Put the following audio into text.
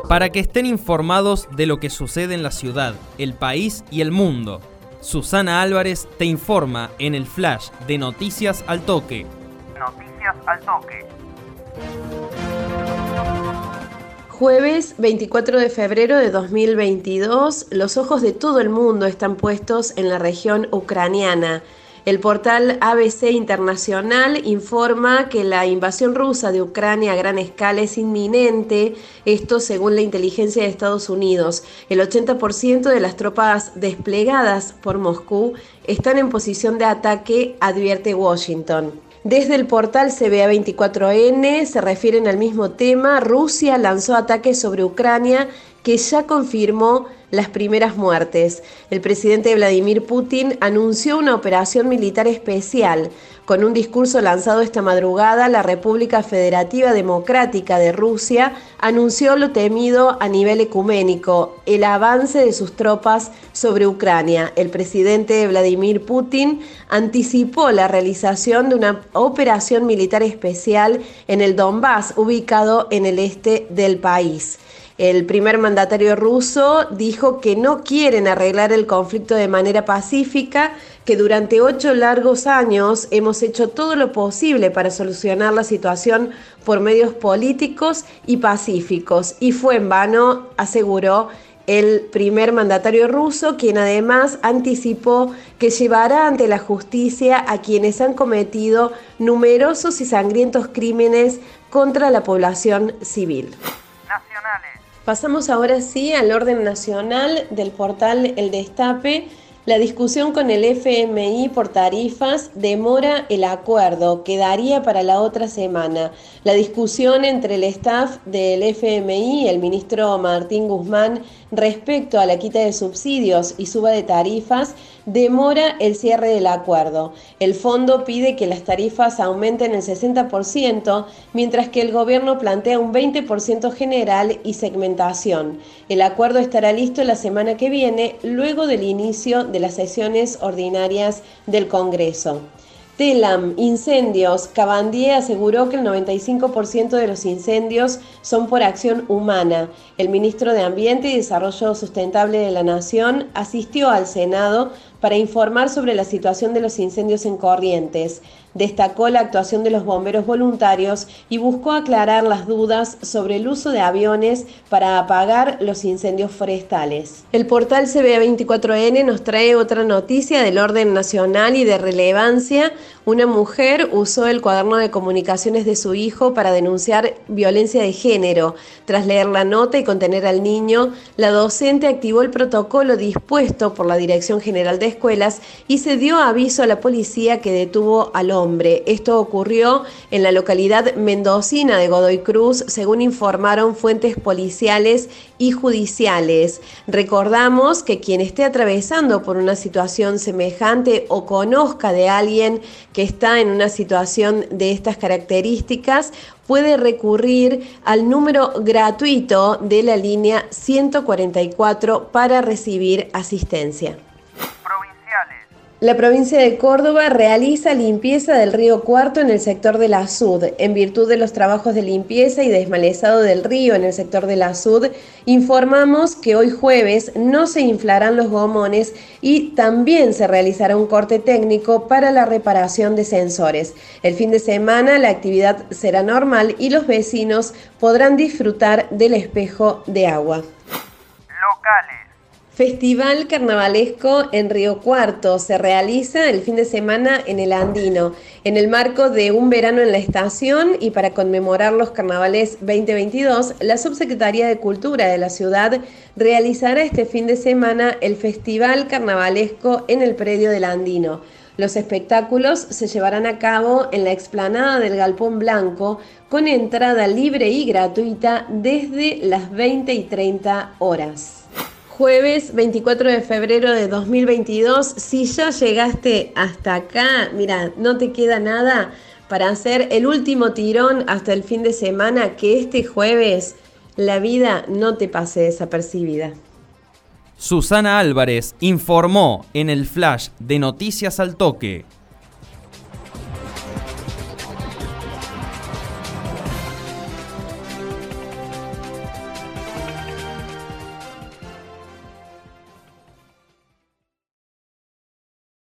para que estén informados de lo que sucede en la ciudad, el país y el mundo. Susana Álvarez te informa en el Flash de Noticias al Toque. Noticias al Toque. Jueves 24 de febrero de 2022, los ojos de todo el mundo están puestos en la región ucraniana. El portal ABC Internacional informa que la invasión rusa de Ucrania a gran escala es inminente, esto según la inteligencia de Estados Unidos. El 80% de las tropas desplegadas por Moscú están en posición de ataque, advierte Washington. Desde el portal CBA24N se refieren al mismo tema. Rusia lanzó ataques sobre Ucrania que ya confirmó las primeras muertes. El presidente Vladimir Putin anunció una operación militar especial. Con un discurso lanzado esta madrugada, la República Federativa Democrática de Rusia anunció lo temido a nivel ecuménico, el avance de sus tropas sobre Ucrania. El presidente Vladimir Putin anticipó la realización de una operación militar especial en el Donbass, ubicado en el este del país. El primer mandatario ruso dijo que no quieren arreglar el conflicto de manera pacífica, que durante 8 largos años hemos hecho todo lo posible para solucionar la situación por medios políticos y pacíficos, y fue en vano, aseguró el primer mandatario ruso, quien además anticipó que llevará ante la justicia a quienes han cometido numerosos y sangrientos crímenes contra la población civil. Nacionales. Pasamos ahora sí al orden nacional del portal El Destape. La discusión con el FMI por tarifas demora el acuerdo, quedaría para la otra semana. La discusión entre el staff del FMI y el ministro Martín Guzmán respecto a la quita de subsidios y suba de tarifas demora el cierre del acuerdo. El fondo pide que las tarifas aumenten el 60%, mientras que el gobierno plantea un 20% general y segmentación. El acuerdo estará listo la semana que viene, luego del inicio de las sesiones ordinarias del Congreso. Telam, incendios. Cabandier aseguró que el 95% de los incendios son por acción humana. El ministro de Ambiente y Desarrollo Sustentable de la Nación asistió al Senado para informar sobre la situación de los incendios en Corrientes. Destacó la actuación de los bomberos voluntarios y buscó aclarar las dudas sobre el uso de aviones para apagar los incendios forestales. El portal CBA24N nos trae otra noticia del orden nacional y de relevancia. Una mujer usó el cuaderno de comunicaciones de su hijo para denunciar violencia de género. Tras leer la nota y contener al niño, la docente activó el protocolo dispuesto por la Dirección General de Escuelas y se dio aviso a la policía, que detuvo al hombre. Esto ocurrió en la localidad mendocina de Godoy Cruz, según informaron fuentes policiales y judiciales. Recordamos que quien esté atravesando por una situación semejante o conozca de alguien que está en una situación de estas características, puede recurrir al número gratuito de la línea 144 para recibir asistencia. La provincia de Córdoba realiza limpieza del río Cuarto en el sector de la Sud. En virtud de los trabajos de limpieza y desmalezado del río en el sector de la Sud, informamos que hoy jueves no se inflarán los gomones y también se realizará un corte técnico para la reparación de sensores. El fin de semana la actividad será normal y los vecinos podrán disfrutar del espejo de agua. Locales. Festival carnavalesco en Río Cuarto se realiza el fin de semana en el Andino, en el marco de un verano en la estación, y para conmemorar los carnavales 2022, la Subsecretaría de Cultura de la ciudad realizará este fin de semana el Festival carnavalesco en el predio del Andino. Los espectáculos se llevarán a cabo en la explanada del Galpón Blanco, con entrada libre y gratuita desde las 20:30 horas. Jueves 24 de febrero de 2022, si ya llegaste hasta acá, mira, no te queda nada para hacer el último tirón hasta el fin de semana, que este jueves la vida no te pase desapercibida. Susana Álvarez informó en el Flash de Noticias al Toque.